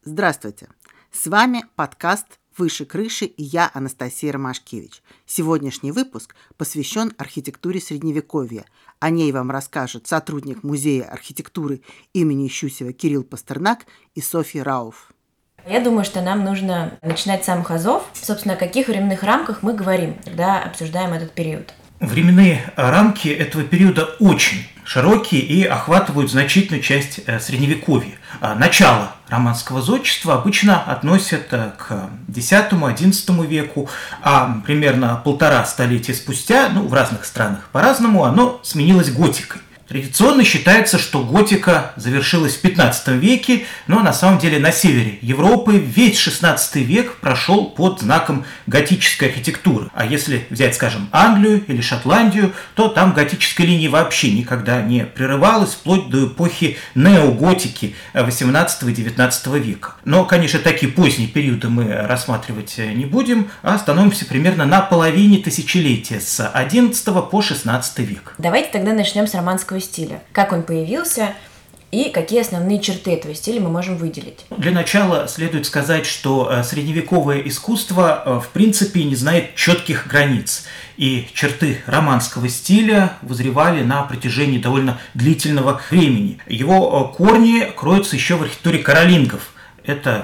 Здравствуйте! С вами подкаст «Выше крыши» и я, Анастасия Ромашкевич. Сегодняшний выпуск посвящен архитектуре Средневековья. О ней вам расскажут сотрудник Музея архитектуры имени Щусева Кирилл Пастернак и Софья Рауф. Я думаю, что нам нужно начинать с самых азов. Собственно, о каких временных рамках мы говорим, когда обсуждаем этот период. Временные рамки этого периода очень широкие и охватывают значительную часть Средневековья. Начало романского зодчества обычно относят к X-XI веку, а примерно 1,5 столетия спустя, в разных странах по-разному, оно сменилось готикой. Традиционно считается, что готика завершилась в XV веке, но на самом деле на севере Европы весь XVI век прошел под знаком готической архитектуры. А если взять, скажем, Англию или Шотландию, то там готической линии вообще никогда не прерывалась, вплоть до эпохи неоготики XVIII и XIX века. Но, конечно, такие поздние периоды мы рассматривать не будем, а остановимся примерно на половине тысячелетия, с XI по XVI век. Давайте тогда начнем с романского стиля. Как он появился и какие основные черты этого стиля мы можем выделить? Для начала следует сказать, что средневековое искусство в принципе не знает четких границ. И черты романского стиля вызревали на протяжении довольно длительного времени. Его корни кроются еще в архитектуре каролингов. Это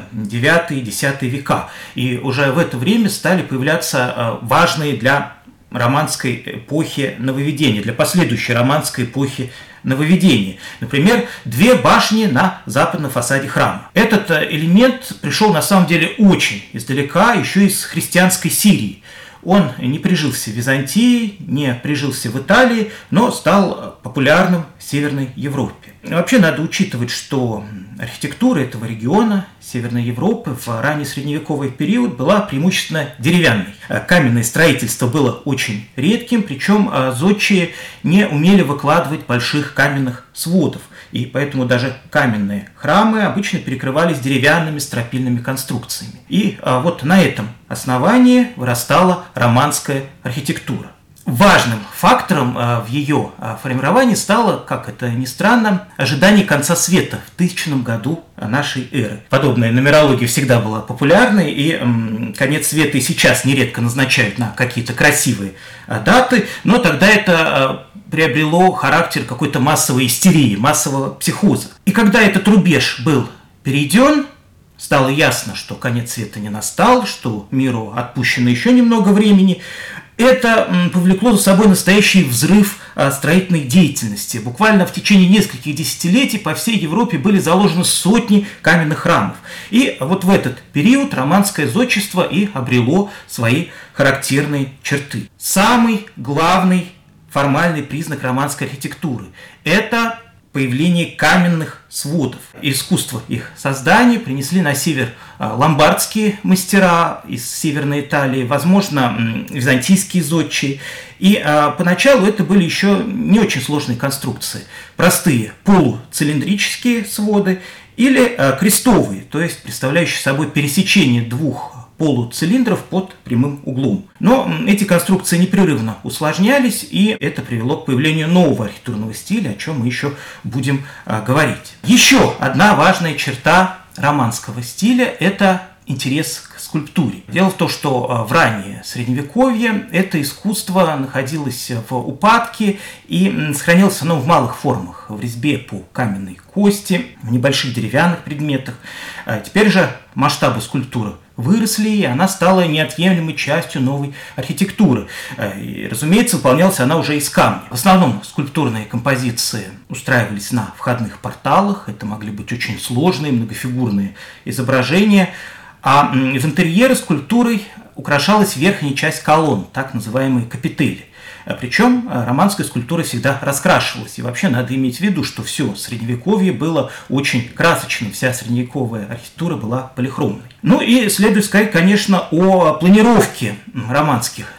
IX-X века. И уже в это время стали появляться важные для романской эпохи нововведения, для последующей романской эпохи нововведения. Например, 2 башни на западном фасаде храма. Этот элемент пришел на самом деле очень издалека, еще из христианской Сирии. Он не прижился в Византии, не прижился в Италии, но стал популярным в Северной Европе. Вообще надо учитывать, что архитектура этого региона, Северной Европы, в ранний средневековый период была преимущественно деревянной. Каменное строительство было очень редким, причем зодчие не умели выкладывать больших каменных сводов. И поэтому даже каменные храмы обычно перекрывались деревянными стропильными конструкциями. И вот на этом основании вырастала романская архитектура. Важным фактором в ее формировании стало, как это ни странно, ожидание конца света в 1000 году нашей эры. Подобная нумерология всегда была популярной, и конец света и сейчас нередко назначают на какие-то красивые даты, но тогда это приобрело характер какой-то массовой истерии, массового психоза. И когда этот рубеж был перейден, стало ясно, что конец света не настал, что миру отпущено еще немного времени. Это повлекло за собой настоящий взрыв строительной деятельности. Буквально в течение нескольких десятилетий по всей Европе были заложены сотни каменных храмов. И вот в этот период романское зодчество и обрело свои характерные черты. Самый главный формальный признак романской архитектуры – это появление каменных сводов. Искусство их создания принесли на север ломбардские мастера из Северной Италии, возможно, византийские зодчие. И поначалу это были еще не очень сложные конструкции. Простые полуцилиндрические своды или крестовые, то есть представляющие собой пересечение 2 полуцилиндров под прямым углом. Но эти конструкции непрерывно усложнялись, и это привело к появлению нового архитектурного стиля, о чем мы еще будем говорить. Еще одна важная черта романского стиля – это интерес к скульптуре. Дело в том, что в раннее Средневековье это искусство находилось в упадке и сохранилось оно в малых формах, в резьбе по каменной кости, в небольших деревянных предметах. Теперь же масштабы скульптуры выросли, и она стала неотъемлемой частью новой архитектуры. И, разумеется, выполнялась она уже из камня. В основном скульптурные композиции устраивались на входных порталах. Это могли быть очень сложные, многофигурные изображения. А в интерьере скульптурой украшалась верхняя часть колонн, так называемые капители. Причем романская скульптура всегда раскрашивалась. И вообще надо иметь в виду, что все Средневековье было очень красочным, вся средневековая архитектура была полихромной. И следует сказать, конечно, о планировке романских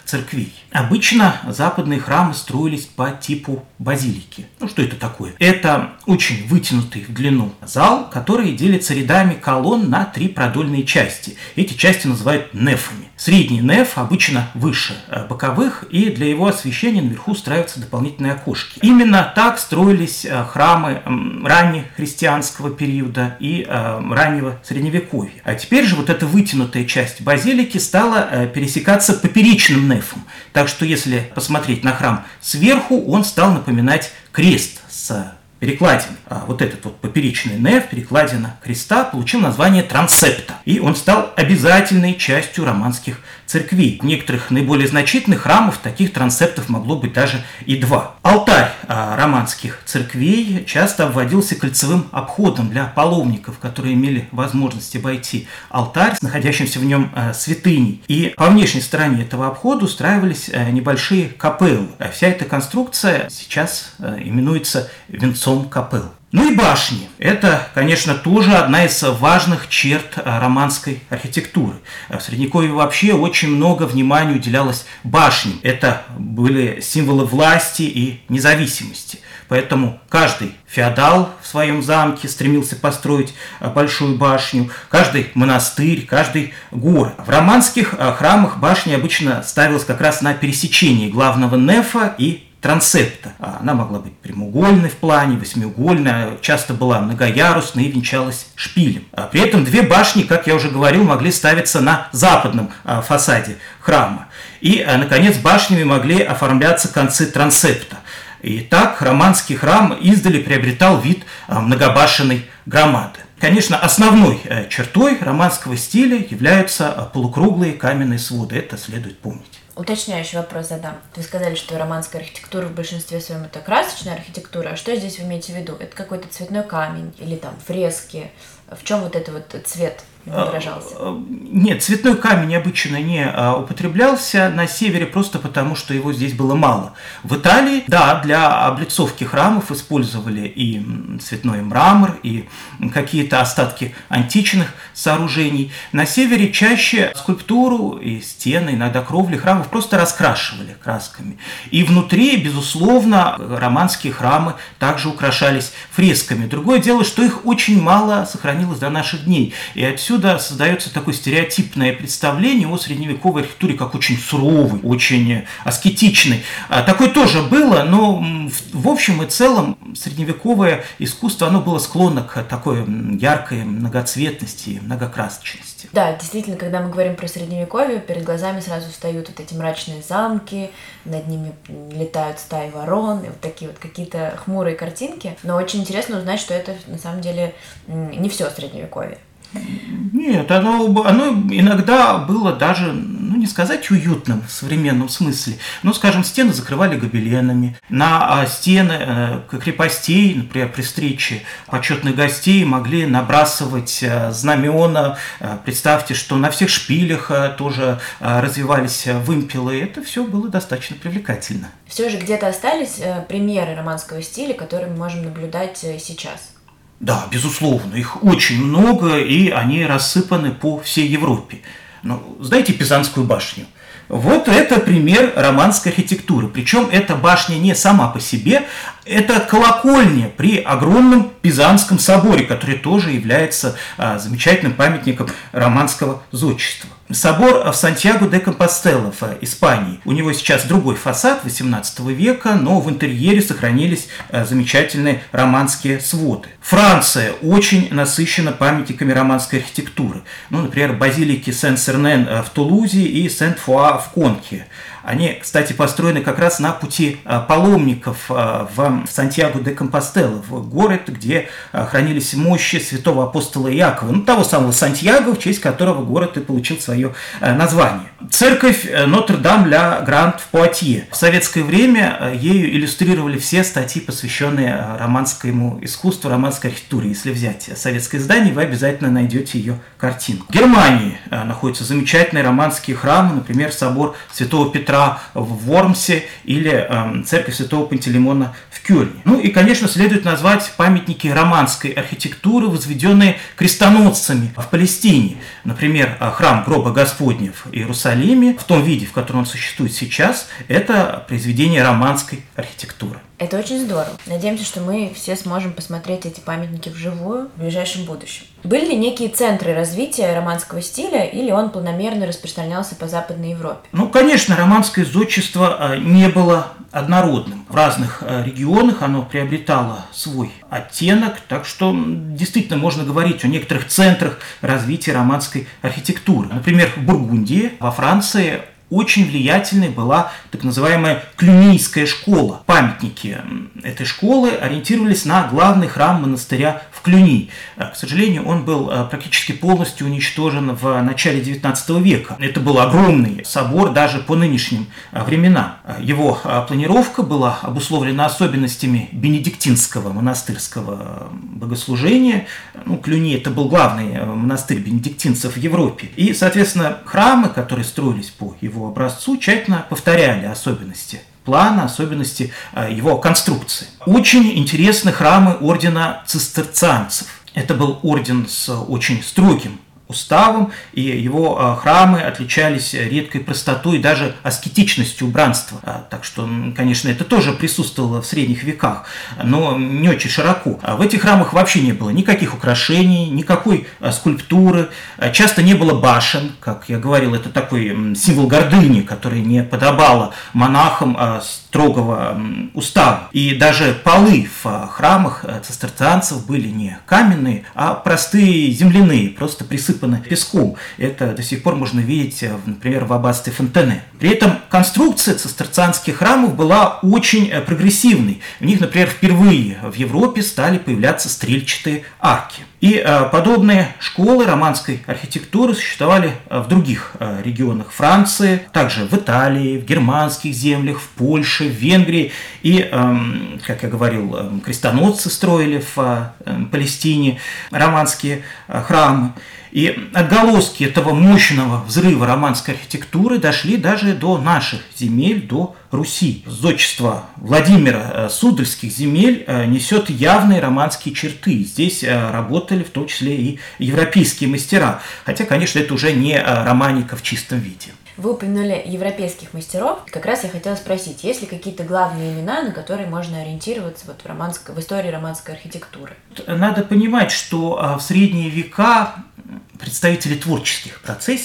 церквей. Обычно западные храмы строились по типу базилики. Что это такое? Это очень вытянутый в длину зал, который делится рядами колонн на 3 продольные части. Эти части называют нефами. Средний неф обычно выше боковых, и для его освещения наверху устраиваются дополнительные окошки. Именно так строились храмы раннехристианского периода и раннего Средневековья. А теперь же вот эта вытянутая часть базилики стала пересекаться поперечным нефом. Так что если посмотреть на храм сверху, он стал напоминать крест с перекладиной. А вот этот вот поперечный неф, перекладина креста, получил название трансепта. И он стал обязательной частью романских церквей. В некоторых наиболее значительных храмах таких трансептов могло быть даже и 2. Алтарь романских церквей часто обводился кольцевым обходом для паломников, которые имели возможность обойти алтарь с находящимся в нем святыней. И по внешней стороне этого обхода устраивались небольшие капеллы. Вся эта конструкция сейчас именуется венцом капелл. И башни. Это, конечно, тоже одна из важных черт романской архитектуры. В Средневековье вообще очень много внимания уделялось башням. Это были символы власти и независимости. Поэтому каждый феодал в своем замке стремился построить большую башню, каждый монастырь, каждый город. В романских храмах башня обычно ставилась как раз на пересечении главного нефа и трансепта. Она могла быть прямоугольной в плане, восьмиугольной, часто была многоярусной и венчалась шпилем. При этом 2 башни, как я уже говорил, могли ставиться на западном фасаде храма. И, наконец, башнями могли оформляться концы трансепта. И так романский храм издали приобретал вид многобашенной громады. Конечно, основной чертой романского стиля являются полукруглые каменные своды. Это следует помнить. Уточняющий вопрос задам. Вы сказали, что романская архитектура в большинстве своем это красочная архитектура. А что здесь вы имеете в виду? Это какой-то цветной камень или там фрески? В чем вот этот вот цвет выражался? Нет, цветной камень обычно не употреблялся на севере просто потому, что его здесь было мало. В Италии, да, для облицовки храмов использовали и цветной мрамор, и какие-то остатки античных сооружений. На севере чаще скульптуру и стены, иногда кровли храмов просто раскрашивали красками. И внутри, безусловно, романские храмы также украшались фресками. Другое дело, что их очень мало сохранилось до наших дней. И отсюда создается такое стереотипное представление о средневековой архитектуре как очень суровой, очень аскетичной. Такое тоже было, но в общем и целом средневековое искусство, оно было склонно к такой яркой многоцветности, многокрасочности. Да, действительно, когда мы говорим про средневековье, перед глазами сразу встают вот эти мрачные замки, над ними летают стаи ворон, и вот такие вот какие-то хмурые картинки. Но очень интересно узнать, что это на самом деле не все средневековье. Нет, оно иногда было даже, не сказать уютным в современном смысле, но, скажем, стены закрывали гобеленами. На стены крепостей, например, при встрече почетных гостей могли набрасывать знамена. Представьте, что на всех шпилях тоже развивались вымпелы. Это все было достаточно привлекательно. Все же где-то остались примеры романского стиля, которые мы можем наблюдать сейчас. Да, безусловно, их очень много, и они рассыпаны по всей Европе. Знаете Пизанскую башню? Вот это пример романской архитектуры. Причем эта башня не сама по себе, это колокольня при огромном Пизанском соборе, который тоже является замечательным памятником романского зодчества. Собор в Сантьяго-де-Компостела в Испании. У него сейчас другой фасад XVIII века, но в интерьере сохранились замечательные романские своды. Франция очень насыщена памятниками романской архитектуры. Например, базилики Сен-Сернен в Тулузе и Сент-Фуа в Конке. Они, кстати, построены как раз на пути паломников в Сантьяго-де-Компостела, в город, где хранились мощи святого апостола Иакова, того самого Сантьяго, в честь которого город и получил свое название. Церковь Нотр-Дам-ля-Гранд в Пуатье. В советское время ею иллюстрировали все статьи, посвященные романскому искусству, романской архитектуре. Если взять советское издание, вы обязательно найдете ее картинку. В Германии находятся замечательные романские храмы, например, собор Святого Петра Петра в Вормсе или церковь Святого Пантелеймона в Кёльне. Ну и, конечно, следует назвать памятники романской архитектуры, возведенные крестоносцами в Палестине. Например, храм Гроба Господня в Иерусалиме, в том виде, в котором он существует сейчас, это произведение романской архитектуры. Это очень здорово. Надеемся, что мы все сможем посмотреть эти памятники вживую в ближайшем будущем. Были ли некие центры развития романского стиля, или он планомерно распространялся по Западной Европе? Ну, конечно, романское зодчество не было однородным. В разных регионах оно приобретало свой оттенок, так что действительно можно говорить о некоторых центрах развития романской архитектуры. Например, в Бургундии, во Франции, очень влиятельной была так называемая Клюнийская школа. Памятники этой школы ориентировались на главный храм монастыря в Клюни. К сожалению, он был практически полностью уничтожен в начале XIX века. Это был огромный собор даже по нынешним временам. Его планировка была обусловлена особенностями бенедиктинского монастырского богослужения. Клюни – это был главный монастырь бенедиктинцев в Европе. И, соответственно, храмы, которые строились по его образцу, тщательно повторяли особенности плана, особенности его конструкции. Очень интересны храмы ордена цистерцианцев. Это был орден с очень строгим уставом, и его храмы отличались редкой простотой и даже аскетичностью убранства. Так что, конечно, это тоже присутствовало в средних веках, но не очень широко. В этих храмах вообще не было никаких украшений, никакой скульптуры, часто не было башен, как я говорил, это такой символ гордыни, который не подобало монахам строгого устава. И даже полы в храмах цистерцианцев были не каменные, а простые земляные, просто присыпанные песком. Это до сих пор можно видеть, например, в аббатстве Фонтене. При этом конструкция цистерцианских храмов была очень прогрессивной. В них, например, впервые в Европе стали появляться стрельчатые арки. И подобные школы романской архитектуры существовали в других регионах Франции, также в Италии, в германских землях, в Польше, в Венгрии. И, как я говорил, крестоносцы строили в Палестине романские храмы. И отголоски этого мощного взрыва романской архитектуры дошли даже до наших земель, до Руси. Зодчество Владимира Суздальских земель несет явные романские черты. Здесь работали в том числе и европейские мастера. Хотя, конечно, это уже не романика в чистом виде. Вы упомянули европейских мастеров. Как раз я хотела спросить, есть ли какие-то главные имена, на которые можно ориентироваться в истории романской архитектуры? Надо понимать, что в средние века представители творческих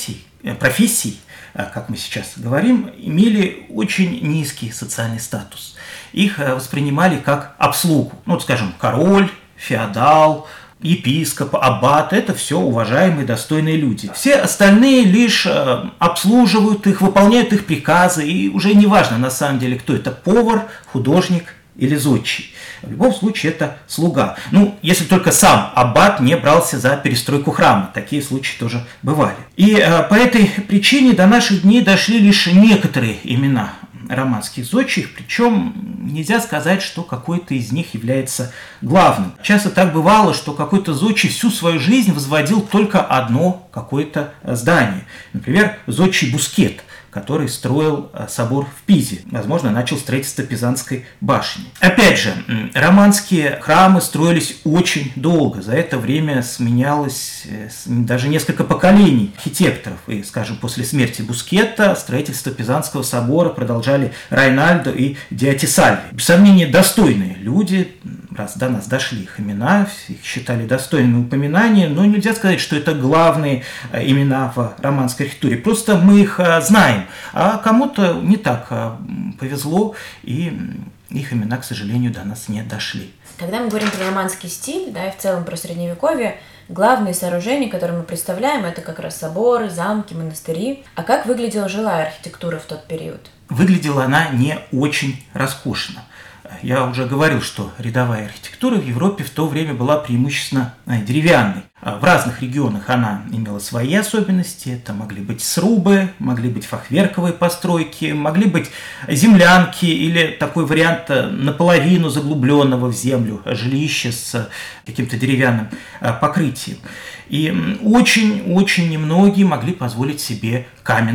профессий, как мы сейчас говорим, имели очень низкий социальный статус. Их воспринимали как обслугу. Скажем, король, феодал, епископ, аббат – это все уважаемые, достойные люди. Все остальные лишь обслуживают их, выполняют их приказы, и уже не важно на самом деле, кто это – повар, художник или зодчий. В любом случае это слуга. Если только сам аббат не брался за перестройку храма. Такие случаи тоже бывали. И по этой причине до наших дней дошли лишь некоторые имена романских зодчих, причем нельзя сказать, что какой-то из них является главным. Часто так бывало, что какой-то зодчий всю свою жизнь возводил только одно какое-то здание. Например, зодчий Бускет, который строил собор в Пизе. Возможно, начал строительство Пизанской башни. Опять же, романские храмы строились очень долго. За это время сменялось даже несколько поколений архитекторов. И, скажем, после смерти Бускетта строительство Пизанского собора продолжали Райнальдо и Диатисальви. Без сомнения, достойные люди, раз до нас дошли их имена, их считали достойными упоминания, но нельзя сказать, что это главные имена в романской архитектуре. Просто мы их знаем, а кому-то не так повезло, и их имена, к сожалению, до нас не дошли. Когда мы говорим про романский стиль, и в целом про Средневековье, главные сооружения, которые мы представляем, это как раз соборы, замки, монастыри. А как выглядела жилая архитектура в тот период? Выглядела она не очень роскошно. Я уже говорил, что рядовая архитектура в Европе в то время была преимущественно деревянной. В разных регионах она имела свои особенности. Это могли быть срубы, могли быть фахверковые постройки, могли быть землянки или такой вариант наполовину заглубленного в землю жилища с каким-то деревянным покрытием. И очень-очень немногие могли позволить себе каменный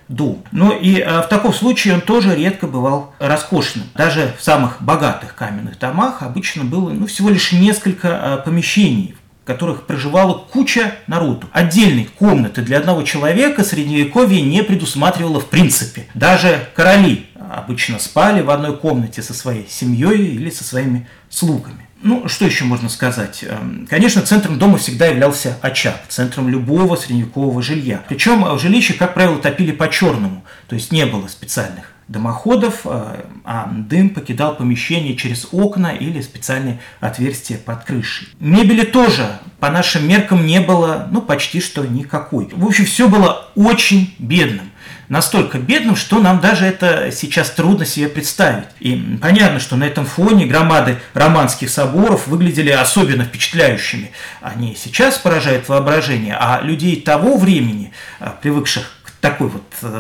дом. Но и в таком случае он тоже редко бывал роскошным. Даже в самых богатых каменных домах обычно было всего лишь несколько помещений, в которых проживала куча народу. Отдельной комнаты для одного человека Средневековье не предусматривало в принципе. Даже короли обычно спали в одной комнате со своей семьей или со своими слугами. Что еще можно сказать? Конечно, центром дома всегда являлся очаг, центром любого средневекового жилья. Причем в жилище, как правило, топили по-черному, то есть не было специальных дымоходов, а дым покидал помещение через окна или специальные отверстия под крышей. Мебели тоже по нашим меркам не было, почти что никакой. В общем, все было очень бедным. Настолько бедным, что нам даже это сейчас трудно себе представить. И понятно, что на этом фоне громады романских соборов выглядели особенно впечатляющими. Они сейчас поражают воображение, а людей того времени, привыкших к такой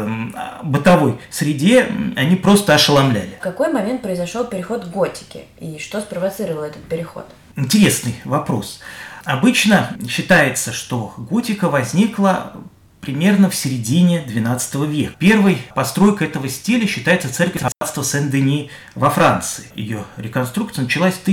бытовой среде, они просто ошеломляли. В какой момент произошел переход к готике? И что спровоцировало этот переход? Интересный вопрос. Обычно считается, что готика возникла примерно в середине XII века. Первой постройкой этого стиля считается церковь аббатства Сен-Дени во Франции. Ее реконструкция началась в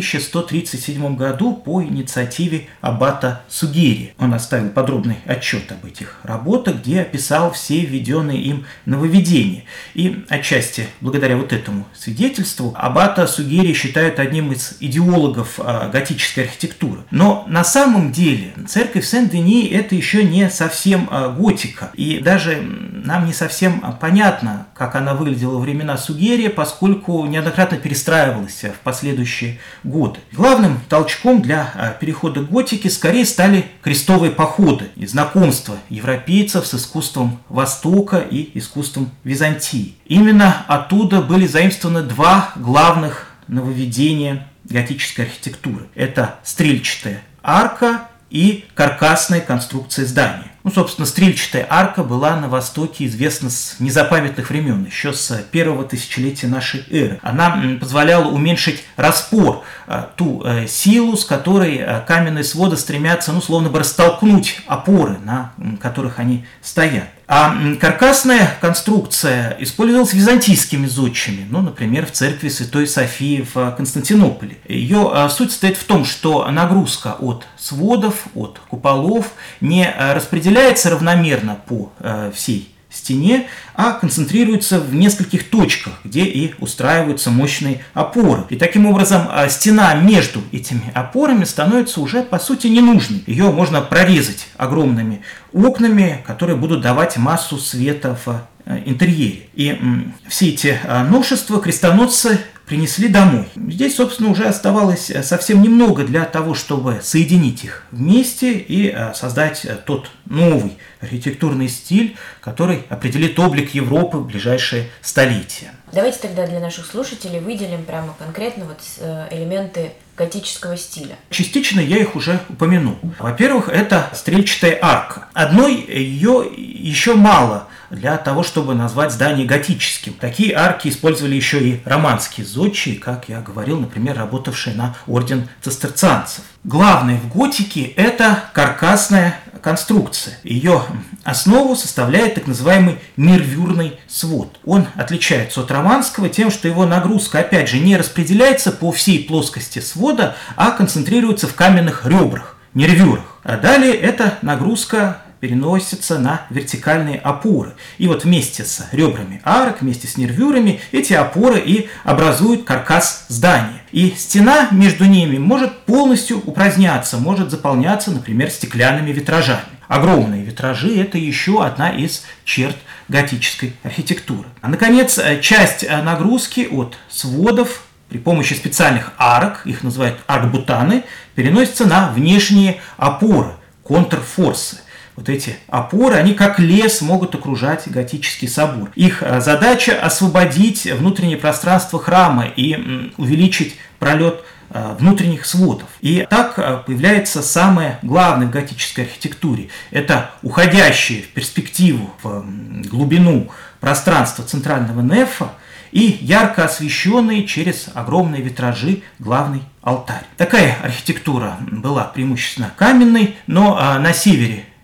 1137 году по инициативе аббата Сугери. Он оставил подробный отчет об этих работах, где описал все введенные им нововведения. И отчасти благодаря этому свидетельству аббата Сугери считают одним из идеологов готической архитектуры. Но на самом деле церковь Сен-Дени – это еще не совсем готика. И даже нам не совсем понятно, как она выглядела во времена Сугери, поскольку неоднократно перестраивалась в последующие годы. Главным толчком для перехода к готике скорее стали крестовые походы и знакомство европейцев с искусством Востока и искусством Византии. Именно оттуда были заимствованы два главных нововведения готической архитектуры. Это стрельчатая арка и каркасная конструкция здания. Собственно, стрельчатая арка была на Востоке известна с незапамятных времен, еще с первого тысячелетия нашей эры. Она позволяла уменьшить распор, ту силу, с которой каменные своды стремятся, словно бы растолкнуть опоры, на которых они стоят. А каркасная конструкция использовалась византийскими зодчими, например, в церкви Святой Софии в Константинополе. Ее суть состоит в том, что нагрузка от сводов, от куполов не распределяется равномерно по всей стене, а концентрируется в нескольких точках, где и устраиваются мощные опоры. И таким образом стена между этими опорами становится уже по сути ненужной. Ее можно прорезать огромными окнами, которые будут давать массу света в интерьере. И все эти новшества крестоносцы принесли домой. Здесь, собственно, уже оставалось совсем немного для того, чтобы соединить их вместе и создать тот новый архитектурный стиль, который определит облик Европы в ближайшие столетия. Давайте тогда для наших слушателей выделим прямо конкретно элементы готического стиля. Частично я их уже упомянул. Во-первых, это стрельчатая арка. Одной ее еще мало для того, чтобы назвать здание готическим. Такие арки использовали еще и романские зодчие, как я говорил, например, работавшие на орден цистерцианцев. Главное в готике – это каркасная конструкция. Ее основу составляет так называемый нервюрный свод. Он отличается от романского тем, что его нагрузка, опять же, не распределяется по всей плоскости свода, а концентрируется в каменных ребрах, нервюрах. А далее эта нагрузка переносится на вертикальные опоры. И вместе с ребрами арок, вместе с нервюрами эти опоры и образуют каркас здания. И стена между ними может полностью упраздняться, может заполняться, например, стеклянными витражами. Огромные витражи – это еще одна из черт готической архитектуры. А, наконец, часть нагрузки от сводов при помощи специальных арок, их называют аркбутаны, переносится на внешние опоры, контрфорсы. Эти опоры, они как лес могут окружать готический собор. Их задача – освободить внутреннее пространство храма и увеличить пролет внутренних сводов. И так появляется самое главное в готической архитектуре. Это уходящее в перспективу, в глубину пространства центрального нефа и ярко освещенный через огромные витражи главный алтарь. Такая архитектура была преимущественно каменной, но на севере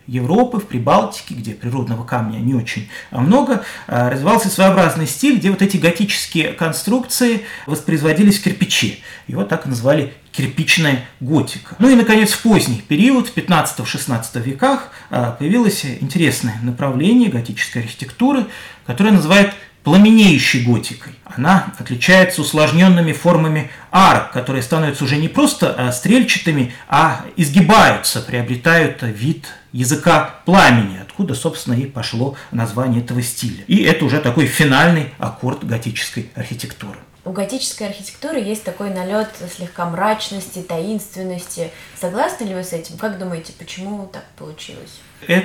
Европы, в Прибалтике, где природного камня не очень много, развивался своеобразный стиль, где вот эти готические конструкции воспроизводились в кирпиче. Его так и назвали кирпичная готика. Ну и, наконец, в поздний период, в 15-16 веках, появилось интересное направление готической архитектуры, которое называют пламенеющей готикой. Она отличается усложненными формами арок, которые становятся уже не просто стрельчатыми, а изгибаются, приобретают вид языка пламени, откуда, собственно, и пошло название этого стиля. И это уже такой финальный аккорд готической архитектуры. У готической архитектуры есть такой налет слегка мрачности, таинственности. Согласны ли вы с этим? Как думаете, почему так получилось?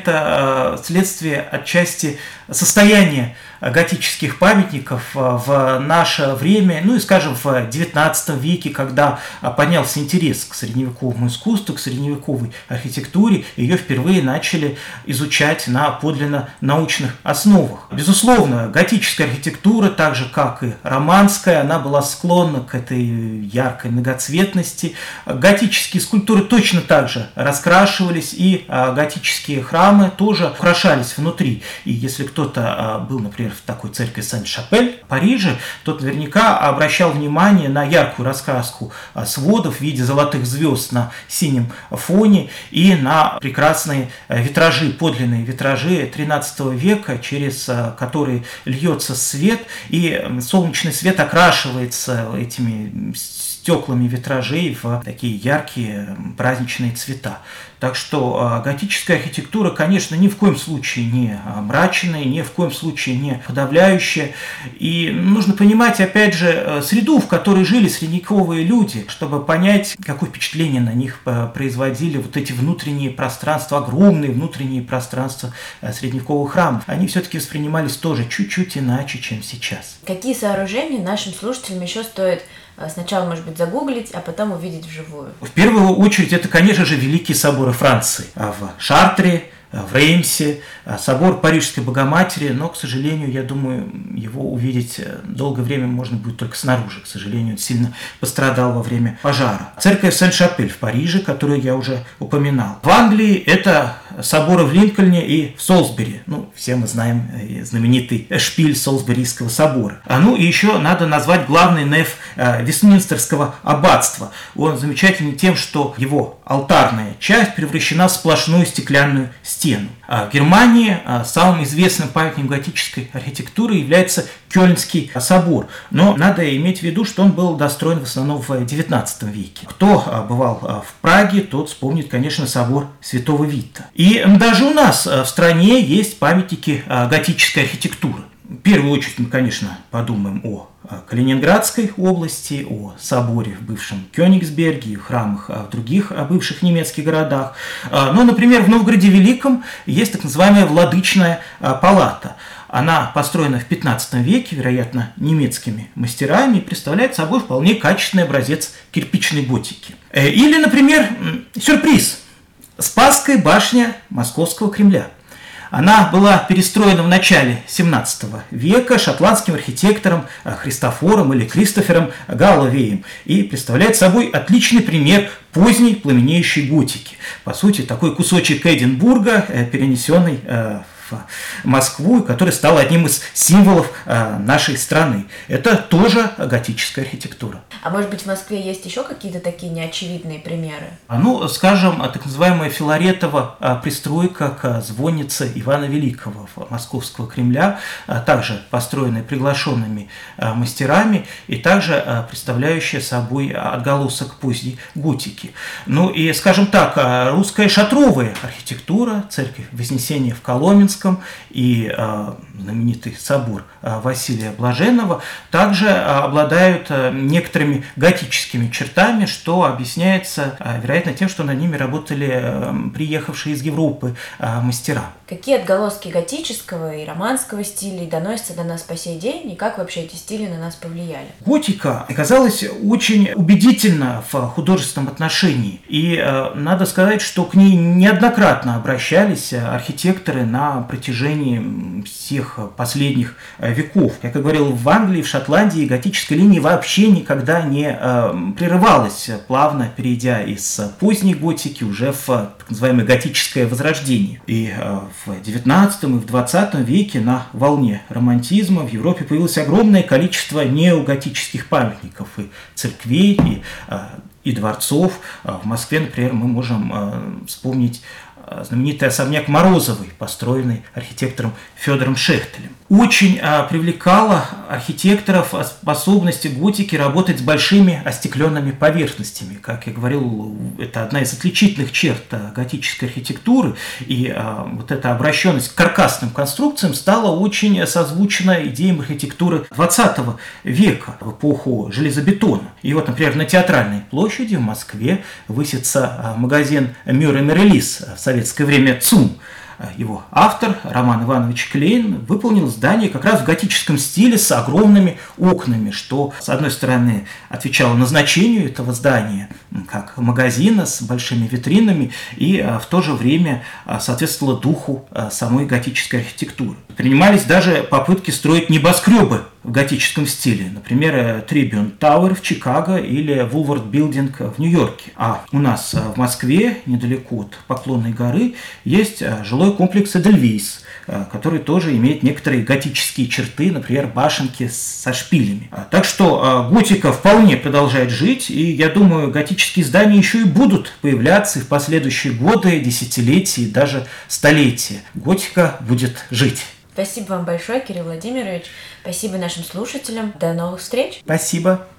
Это следствие отчасти состояния готических памятников в наше время, ну и, скажем, в XIX веке, когда поднялся интерес к средневековому искусству, к средневековой архитектуре, ее впервые начали изучать на подлинно научных основах. Безусловно, готическая архитектура, так же как и романская, она была склонна к этой яркой многоцветности. Готические скульптуры точно так же раскрашивались, и готические храмы тоже украшались внутри. И если кто-то был, например, в такой церкви Сен-Шапель в Париже, тот наверняка обращал внимание на яркую раскраску сводов в виде золотых звезд на синем фоне и на прекрасные витражи, подлинные витражи XIII века, через которые льется свет, и солнечный свет окрашивается этими стеклами витражей в такие яркие праздничные цвета. Так что готическая архитектура, конечно, ни в коем случае не мрачная, ни в коем случае не подавляющая. И нужно понимать, опять же, среду, в которой жили средневековые люди, чтобы понять, какое впечатление на них производили вот эти внутренние пространства, огромные внутренние пространства средневековых храмов. Они все-таки воспринимались тоже чуть-чуть иначе, чем сейчас. Какие сооружения нашим слушателям еще стоит сначала, может быть, загуглить, а потом увидеть вживую? В первую очередь, это, конечно же, великие соборы Франции. В Шартре, в Реймсе, собор Парижской Богоматери, но, к сожалению, я думаю, его увидеть долгое время можно будет только снаружи. К сожалению, он сильно пострадал во время пожара. Церковь Сен-Шапель в Париже, которую я уже упоминал. В Англии это соборы в Линкольне и в Солсбери. Ну, все мы знаем знаменитый шпиль Солсберийского собора. Ну и еще надо назвать главный неф Вестминстерского аббатства. Он замечательный тем, что его алтарная часть превращена в сплошную стеклянную стену. В Германии самым известным памятником готической архитектуры является Кёльнский собор. Но надо иметь в виду, что он был достроен в основном в XIX веке. Кто бывал в Праге, тот вспомнит, конечно, собор Святого Вита. И даже у нас в стране есть памятники готической архитектуры. В первую очередь мы, конечно, подумаем о Калининградской области, о соборе в бывшем Кёнигсберге и храмах в других бывших немецких городах. Но, например, в Новгороде Великом есть так называемая Владычная палата. Она построена в 15 веке, вероятно, немецкими мастерами, и представляет собой вполне качественный образец кирпичной готики. Или, например, сюрприз – Спасская башня Московского Кремля. Она была перестроена в начале 17 века шотландским архитектором Христофором или Кристофером Галловеем и представляет собой отличный пример поздней пламенеющей готики. По сути, такой кусочек Эдинбурга, перенесенный в Москву, который стал одним из символов нашей страны. Это тоже готическая архитектура. А может быть, в Москве есть еще какие-то такие неочевидные примеры? Ну, скажем, так называемая Филаретова пристройка к звоннице Ивана Великого в Московского Кремля, также построенная приглашенными мастерами и также представляющая собой отголосок поздней готики. Ну и, скажем так, русская шатровая архитектура, церковь Вознесения в Коломенском и знаменитый собор Василия Блаженного также обладают некоторыми готическими чертами, что объясняется, вероятно, тем, что над ними работали приехавшие из Европы мастера. Какие отголоски готического и романского стилей доносятся до нас по сей день, и как вообще эти стили на нас повлияли? Готика оказалась очень убедительна в художественном отношении, и надо сказать, что к ней неоднократно обращались архитекторы на протяжении всех последних веков. Как я говорил, в Англии, в Шотландии готическая линия вообще никогда не прерывалась, плавно перейдя из поздней готики уже в так называемое готическое возрождение. И в XIX и в XX веке на волне романтизма в Европе появилось огромное количество неоготических памятников и церквей, и дворцов. В Москве, например, мы можем вспомнить знаменитый особняк Морозовой, построенный архитектором Федором Шехтелем. Очень привлекала архитекторов способность готики работать с большими остекленными поверхностями. Как я говорил, это одна из отличительных черт готической архитектуры, и вот эта обращенность к каркасным конструкциям стала очень созвучна идеям архитектуры XX века, в эпоху железобетона. И вот, например, на Театральной площади в Москве высится магазин Мюррей Релис, в советское время ЦУМ. Его автор, Роман Иванович Клейн, выполнил здание как раз в готическом стиле с огромными окнами, что, с одной стороны, отвечало назначению этого здания, как магазина с большими витринами, и в то же время соответствовало духу самой готической архитектуры. Принимались даже попытки строить небоскребы в готическом стиле, например, Трибюн Тауэр в Чикаго или Вулвард Билдинг в Нью-Йорке. А у нас в Москве, недалеко от Поклонной горы, есть жилой комплекс Эдельвейс, который тоже имеет некоторые готические черты, например, башенки со шпилями. Так что готика вполне продолжает жить, и я думаю, готические здания еще и будут появляться и в последующие годы, десятилетия и даже столетия. Готика будет жить. Спасибо вам большое, Кирилл Владимирович. Спасибо нашим слушателям. До новых встреч. Спасибо.